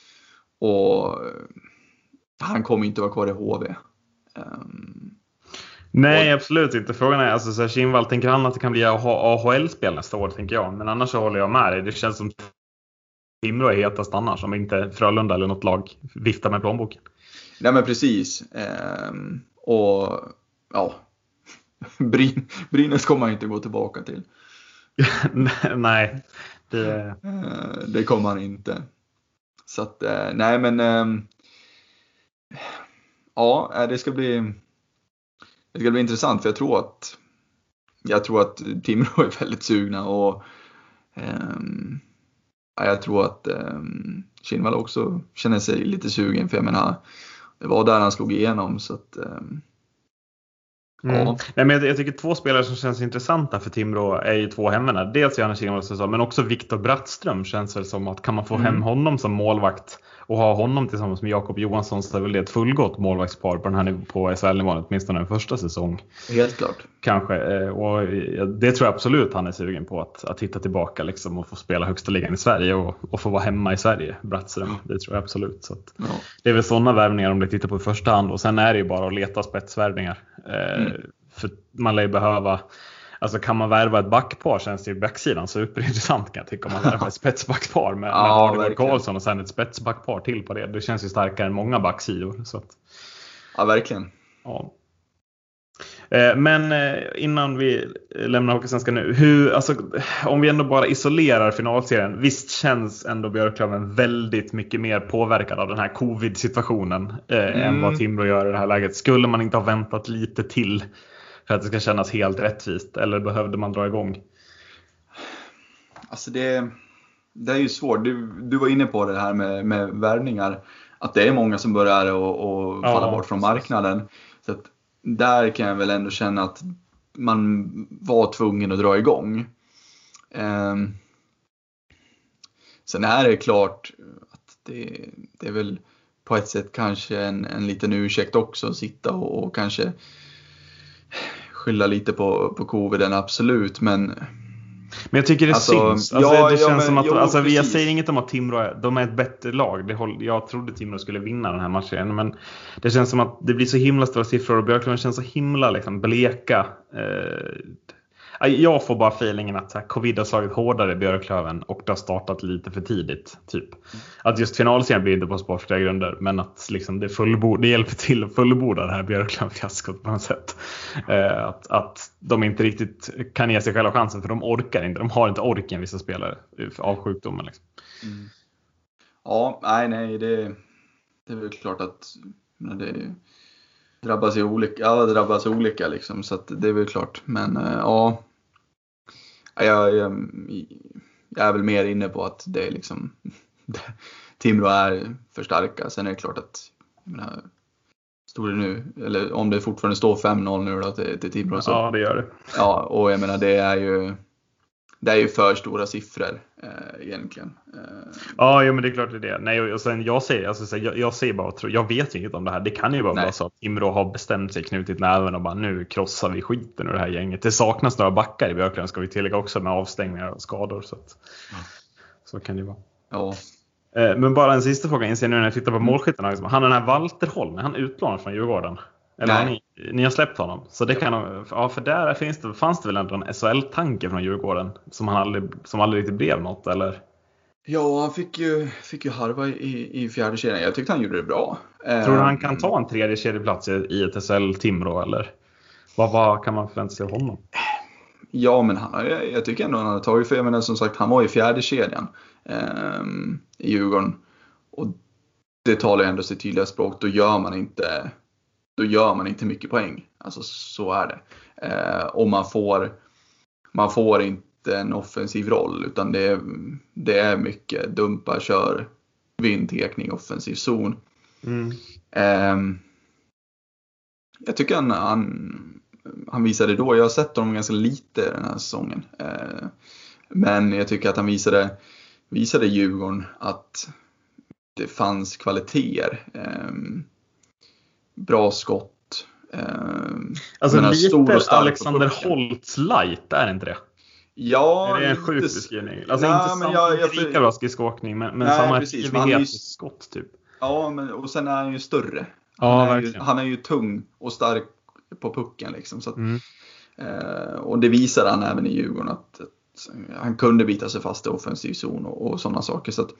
och han kommer inte vara kvar i H V. Um, Nej, och... absolut inte. Frågan är, alltså, så här, Kinnvall, tänker han att det kan bli A H L-spel nästa år, tänker jag. Men annars så håller jag med dig. Det känns som Timrå är hetast annars, om inte Frölunda eller något lag viftar med plånboken. Nej, men precis. Um, och ja, Bryn, Brynäs kommer han inte gå tillbaka till. Nej, det... Uh, det kommer han inte. Så att, uh, nej men... Um, Ja, det ska bli det ska bli intressant, för jag tror att jag tror att Timrå är väldigt sugna, och um, ja, jag tror att um, Kinnvall också känner sig lite sugen, för jag menar, det var där han slog igenom, så att um, Mm. Ja. Nej, men jag, jag tycker två spelare som känns intressanta för Timrå är ju två hemmarna. Dels Johannes Kinnvall, men också Viktor Brattström känns väl som att kan man få mm. hem honom som målvakt och ha honom tillsammans med Jakob Johansson, så är väl det ett fullgott målvaktspar på den här nivå, på S H L-nivån, åtminstone den första säsong. Helt klart. Kanske, och det tror jag absolut han är sugen på, att, att hitta tillbaka liksom, och få spela högsta ligan i Sverige och, och få vara hemma i Sverige, Brattström. Det tror jag absolut. Så att, ja. Det är väl sådana värvningar om du tittar på i första hand, och sen är det ju bara att leta spetsvärvningar. Mm. För man lär ju behöva, alltså kan man värva ett backpar, känns det ju backsidan superintressant, kan jag tycka, om man värvar ett spetsbackpar med, ja, med Hardegård Karlsson och sen ett spetsbackpar till på det. Det känns ju starkare än många backsidor. Så att, ja, verkligen. Ja. Men innan vi lämnar Hockeysvenskan nu, hur, alltså, om vi ändå bara isolerar finalserien, visst känns ändå Björklöven väldigt mycket mer påverkad av den här covid-situationen mm. än vad Timrå gör i det här läget. Skulle man inte ha väntat lite till för att det ska kännas helt rättvist, eller behövde man dra igång? Alltså det, det är ju svårt. Du, du var inne på det här med, med värvningar, att det är många som börjar och, och falla ja, bort från marknaden. Så att där kan jag väl ändå känna att man var tvungen att dra igång. Um, sen är det klart att det, det är väl på ett sätt kanske en, en liten ursäkt också att sitta och, och kanske skylla lite på, på coviden, absolut, men... Men jag tycker det alltså, syns. Alltså, ja, det känns ja, men, som att, jo, alltså, jag säger inget om att Timrå, de är ett bättre lag. Det håll, jag trodde Timrå skulle vinna den här matchen, men det känns som att det blir så himla stora siffror, och Björklöven känns så himla liksom bleka. Eh, jag får bara feelingen att här, covid har slagit hårdare i Björklöven, och det har startat lite för tidigt typ. Att just finalserien blir inte på sportsliga grunder, men att liksom det, fullbord, det hjälper till att fullborda det här Björklöven-fiaskot på något sätt. Eh, att, att de inte riktigt kan ge sig själva chansen, för de orkar inte. De har inte orken, vissa spelare, av sjukdomen liksom. Mm. Ja, nej, nej, det, det är väl klart att det drabbas ju olika, alla drabbas olika liksom, så att det är väl klart. Men ja, Jag, jag, jag är väl mer inne på att det är liksom Timrå är för starka. Sen är det klart att jag menar, står det nu, eller om det fortfarande står fem noll nu då till, till Timrå, så Ja, det gör det. ja, och jag menar det är ju det är ju för stora siffror eh, egentligen. Eh. Ja, jo, men det är klart det är det. Nej, och sen jag säger, alltså, så jag, jag säger bara, jag vet ju inget om det här. Det kan ju bara vara så att Timrå har bestämt sig, knutit näven och bara nu krossar vi skiten ur det här gänget. Det saknas några backar i Björklund, ska vi tillägga också, med avstängningar och skador. Så, att, ja. Så kan det vara. Ja. Eh, men bara en sista fråga, inser jag nu när jag tittar på målskyttarna. Liksom. Han den här Walter Holm, är han utlånad från Djurgården? Eller har ni, ni har släppt honom? Så det kan, ja, för där finns det, fanns det väl ändå en S H L-tanke från Djurgården som, han aldrig, som aldrig riktigt blev något, eller? Ja, han fick ju, fick ju harva i, i fjärde kedjan. Jag tyckte han gjorde det bra. Tror du han kan ta en tredje kedjeplats i ett S H L Timrå, eller? Vad, vad kan man förvänta sig av honom? Ja, men han, jag, jag tycker ändå han har tagit, för jag menar som sagt, han var i fjärde kedjan eh, i Djurgården. Och det talar ändå sitt tydliga språk. Då gör man inte, då gör man inte mycket poäng. Alltså så är det. Eh, och man får, man får inte en offensiv roll, utan det är, det är mycket dumpa, kör, vindtekning, offensiv zon. Mm. Eh, jag tycker han, han, han visade då, jag har sett honom ganska lite den här säsongen. Eh, men jag tycker att han visade, visade Djurgården att det fanns kvaliteter. Eh, bra skott. Eh, alltså lite Alexander Holtz light, är inte det? Ja, är det en sjuk beskrivning? Alltså nej, inte samma jag, jag, lika bra skridskoåkning, men, men nej, samma evighet i skott typ. Ja, men och sen är han ju större. Ja, han, är ju, han är ju tung och stark på pucken liksom. Så att, mm. eh, och det visar han även i Djurgården att, att han kunde bita sig fast i offensiv zon och, och sådana saker. Så att,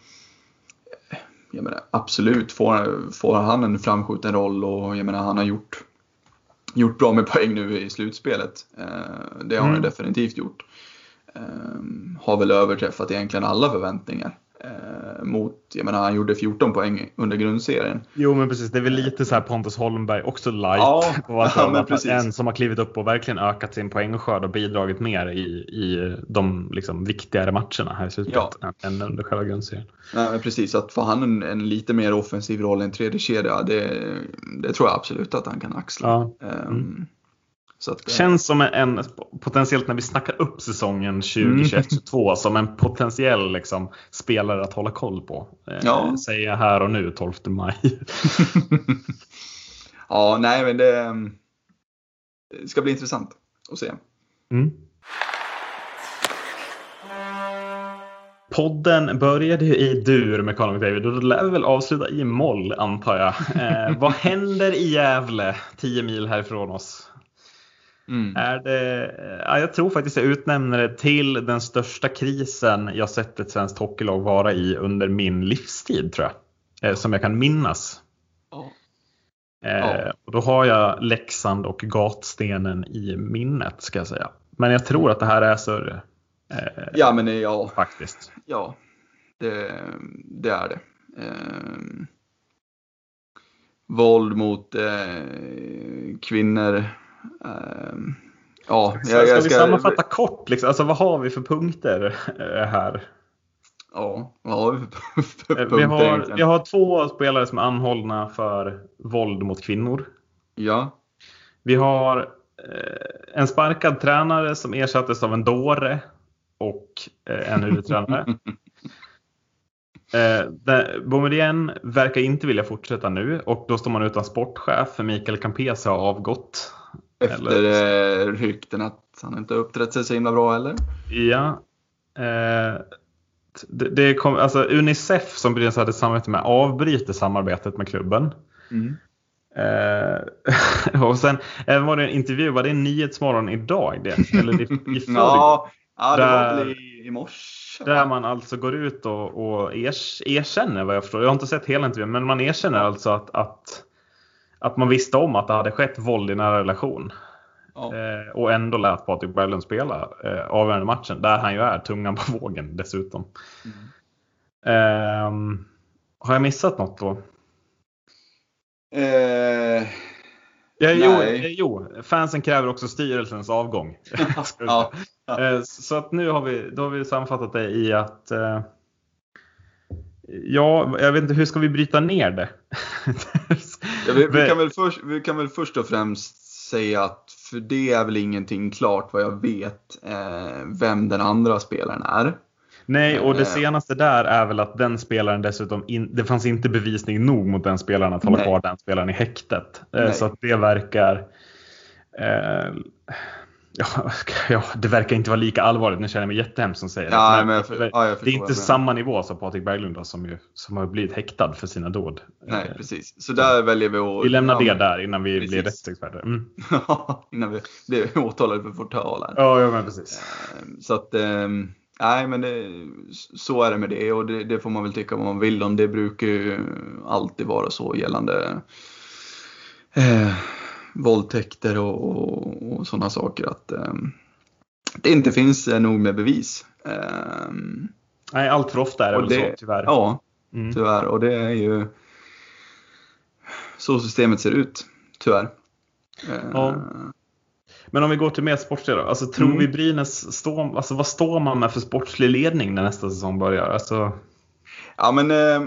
jag menar, absolut får, får han en framskjuten roll, och jag menar, han har gjort, gjort bra med poäng nu i slutspelet. Eh, det har mm. han definitivt gjort. Eh, har väl överträffat egentligen alla förväntningar. Eh, mot, jag menar, han gjorde fjorton poäng under grundserien. Jo, men precis, det är väl lite så här Pontus Holmberg också light. Ja, och ja, men precis. En som har klivit upp och verkligen ökat sin poängskörd och bidragit mer i, i de liksom viktigare matcherna här i slutspelet, ja, än under själva grundserien. Nej, men precis, att få han en, en lite mer offensiv roll än tredje kedja, det, det tror jag absolut att han kan axla. Ja. Mm. Um, Så att, känns som en, en potentiellt, när vi snackar upp säsongen tjugo tjugoett tjugotvå, mm. som en potentiell liksom, spelare att hålla koll på. Ja. Eh, säger jag här och nu, tolfte maj. Ja, nej, men det, det ska bli intressant att se. Mm. Podden började ju i dur med Conor McDavid, och då lär vi väl avsluta i moll, antar jag. Eh, vad händer i Gävle, tio mil härifrån oss? Mm. Är det, ja, jag tror faktiskt jag utnämner det till den största krisen jag sett ett svenskt hockeylag vara i under min livstid, tror jag. Eh, som jag kan minnas. Oh. Eh, oh. Och då har jag Leksand och gatstenen i minnet, ska jag säga. Men jag tror att det här är större. Eh, ja, men ja. Faktiskt. Ja, det, det är det. Eh, våld mot eh, kvinnor. Uh, ja, ska, jag, jag ska vi sammanfatta kort liksom? Alltså, vad har vi för punkter här? Ja, vad har vi för, för punkter? Vi har, vi har två spelare som är anhållna för våld mot kvinnor. Ja. Vi har eh, en sparkad tränare som ersattes av en dåre och eh, en huvudtränare. Eh, Boumedienne verkar inte vilja fortsätta nu, och då står man utan sportchef, för Mikael Campese har avgått. Efter eller... rykten att han inte uppträtt sig så himla bra, eller? Ja. Eh, det, det kom, alltså Unicef, som Brynäs hade samarbete med, avbryter samarbetet med klubben. Mm. Eh, och sen eh, var det en intervju, var det en Nyhetsmorgon idag det? Eller i, i ja, ja, det var väl i, i morse. Där man alltså går ut och, och ers, erkänner, vad jag förstår. Jag har inte sett hela intervjun, men man erkänner alltså att, att Att man visste om att det hade skett våld i nära relation. Ja. Eh, och ändå lät Patrik Berglund spela eh, avgörande matchen. Där han ju är tungan på vågen dessutom. Mm. Eh, har jag missat något då? Eh, ja, jo, jo, fansen kräver också styrelsens avgång. ja, Eh, så att nu har vi, då har vi sammanfattat det i att eh, ja, jag vet inte, hur ska vi bryta ner det? Ja, vi, vi, kan väl först, vi kan väl först och främst säga att för det är väl ingenting klart vad jag vet eh, vem den andra spelaren är. Nej, och det senaste där är väl att den spelaren dessutom, in, det fanns inte bevisning nog mot den spelaren att hålla Nej. kvar den spelaren i häktet. Eh, så att det verkar eh, ja, ja, det verkar inte vara lika allvarligt. Nu känner jag mig jättehemskt som säger ja, det. Men jag för, ja, jag det är inte samma nivå som Patrik Berglund då, som, ju, som har blivit häktad för sina dåd. Nej, precis. Så där väljer vi att... Vi lämnar ja, det där innan vi precis. blir rättsexperter. Mm. innan vi blir åtalade för förtal här. Ja, ja, men precis. Så att... Um, nej, men det, så är det med det. Och det, det får man väl tycka vad man vill om. Det brukar ju alltid vara så gällande eh, våldtäkter och, och, och sådana saker. Att eh, det inte finns eh, nog med bevis. Eh, nej, allt för ofta är det väl det, så, tyvärr. Ja, mm. tyvärr. Och det är ju så systemet ser ut, tyvärr. Eh, ja. Men om vi går till mer sportsliga då. Alltså, tror mm. vi Brynäs står, alltså, vad står man med för sportslig ledning när nästa säsong börjar? Alltså... Ja, men eh,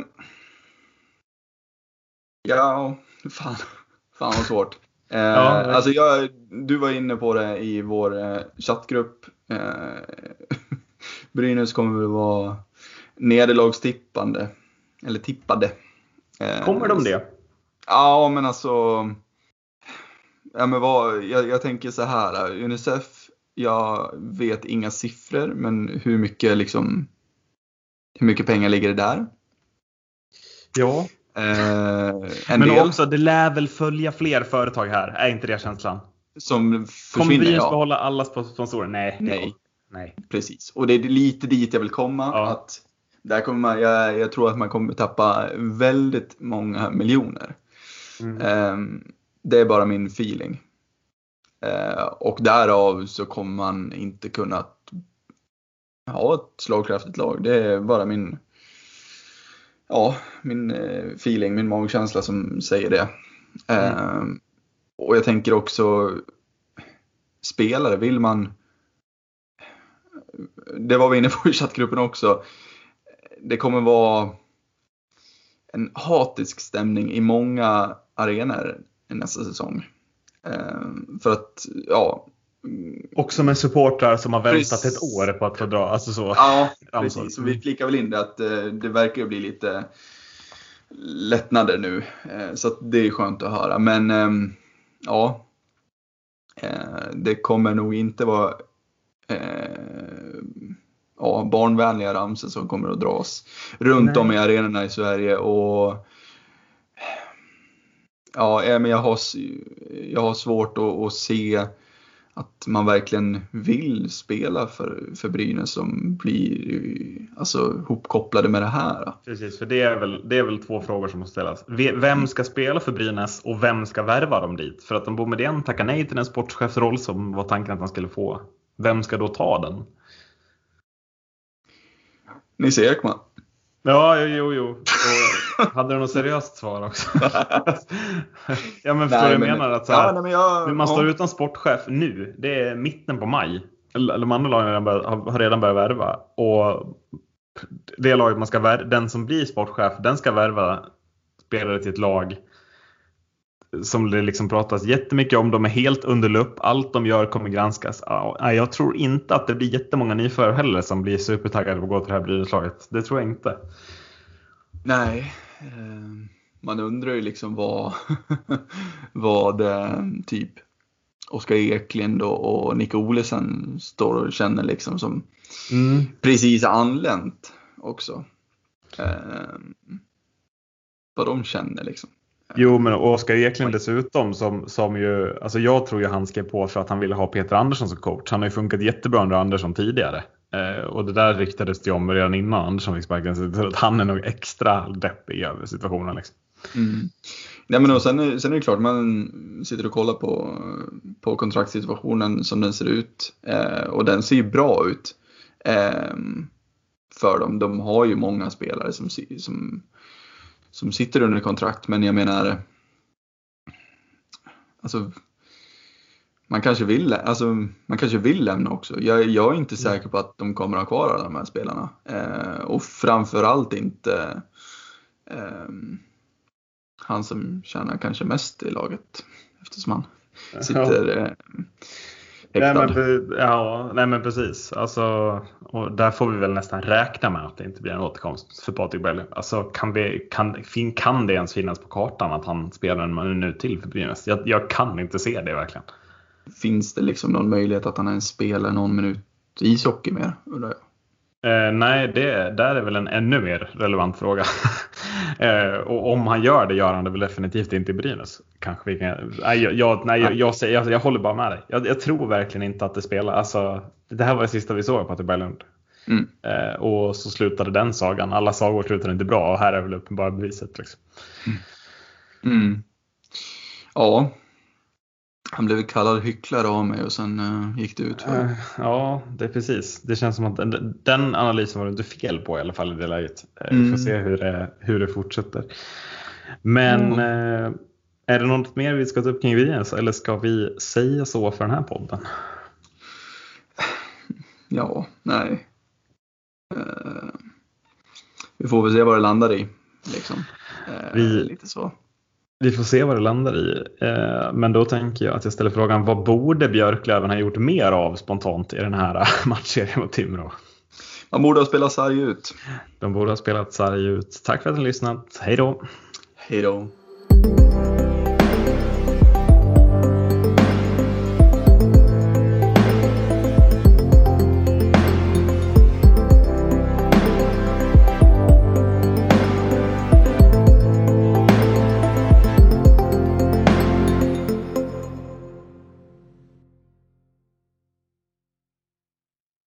ja, fan, fan vad svårt. Eh, ja, alltså jag, du var inne på det i vår eh, chattgrupp. Eh, Brynäs kommer väl vara nederlagstippande. Eller tippade. Eh, kommer de det? Ja, men alltså... Ja, men vad, jag, jag tänker så här, Unicef, jag vet inga siffror, men hur mycket liksom, hur mycket pengar ligger det där? Ja. Eh, en men del också, det lär väl följa fler företag här, är inte det känslan? Som försvinner, kommer vi ja. behålla alla sponsorer? Nej. Nej. Nej. Precis, och det är lite dit jag vill komma, ja. att där kommer man, jag, jag tror att man kommer tappa väldigt många miljoner. Mm. Eh, Det är bara min feeling. Eh, och därav så kommer man inte kunna ha ett slagkraftigt lag. Det är bara min, ja, min eh, feeling, min magkänsla som säger det. Eh, mm. Och jag tänker också, spelare, vill man... Det var vi inne på i chattgruppen också. Det kommer vara en hatisk stämning i många arenor nästa säsong. Eh, för att, ja... Också med supportrar som har väntat precis. ett år på att få dra. Alltså så. Ja, precis. Så vi flikar väl in det att eh, det verkar bli lite lättnader nu. Eh, så att det är skönt att höra. Men eh, ja, eh, det kommer nog inte vara eh, ja, barnvänliga ramser som kommer att dras runt Nej. om i arenorna i Sverige. Och ja, men jag har, jag har svårt att, att se att man verkligen vill spela för, för Brynäs som blir alltså hopkopplade med det här. Precis, för det är väl, det är väl två frågor som måste ställas. Vem ska spela för Brynäs och vem ska värva dem dit? För att om Boumedienne tackar nej till en sportchefsroll som var tanken att han skulle få, vem ska då ta den? Nisse Ekman. Ja, jo, jo. Och hade du något seriöst svar också? Ja, men förstår du men, menar att så här, ja, nej, jag, man står ja. utan sportchef nu. Det är mitten på maj. Eller de andra lagen har redan börjat värva. Och det laget man ska värva, den som blir sportchef, den ska värva spelare till ett lag som det liksom pratas jättemycket om. De är helt under lupp. Allt de gör kommer granskas. Jag tror inte att det blir jättemånga nyförare heller som blir supertaggade på att gå till det här Brynäslaget. Det tror jag inte. Nej. Man undrar ju liksom vad, vad typ Oskar Eklind och, och Nico Olesen står och känner liksom som mm. precis anlänt också. Vad de känner liksom. Jo, men Oskar Eklind dessutom som, som ju, alltså jag tror ju han skrev på för att han ville ha Peter Andersson som coach. Han har ju funkat jättebra under Andersson tidigare. Eh, och det där riktades det om redan innan Andersson fick sparken. Så att han är nog extra deppig över situationen liksom. Mm. Nej, men och sen, sen är det klart, man sitter och kollar på, på kontraktssituationen som den ser ut. Eh, och den ser ju bra ut eh, för dem. De har ju många spelare som, som som sitter under kontrakt, men jag menar alltså man kanske vill, alltså, man kanske vill lämna också. Jag, jag är inte säker på att de kommer att ha kvar alla de här spelarna. Eh, och framförallt inte eh, han som tjänar kanske mest i laget. Eftersom han sitter eh, nej, men, ja, nej men precis. Alltså, och där får vi väl nästan räkna med att det inte blir en återkomst för Patrik Berglund. Alltså, kan, vi, kan, kan det ens finnas på kartan att han spelar en minut till för Brynäs? Jag, jag kan inte se det verkligen. Finns det liksom någon möjlighet att han ens spelar någon minut ishockey mer? Eh, nej, det där är väl en ännu mer relevant fråga. eh, och om han gör det, gör han det väl definitivt inte i Brynäs. Kanske vi kan, nej, jag, jag, nej, jag, jag, jag, jag håller bara med dig. Jag, jag tror verkligen inte att det spelar. Alltså, det här var det sista vi såg på Patrik Berglund. Mm. Eh, och så slutade den sagan. Alla sagor slutade inte bra. Och här är väl uppenbara beviset. Liksom. Mm. Mm. Ja. Han blev kallad hycklare av mig och sen uh, gick det ut. Uh, ja, det är precis. Det känns som att den, den analysen var du inte fel på i alla fall i det läget. Uh, mm. Vi får se hur det, hur det fortsätter. Men mm. uh, är det något mer vi ska ta upp kring Brynäs eller ska vi säga så för den här podden? Ja, nej. Uh, vi får väl se vad det landar i. Liksom. Uh, vi... Lite så. Vi får se vad det landar i. Eh, men då tänker jag att jag ställer frågan, vad borde Björklöven ha gjort mer av spontant i den här matchserien mot Timrå? Man borde ha spelat sarg ut. De borde ha spelat sarg ut. Tack för att ni har lyssnat. Hej då. Hej då.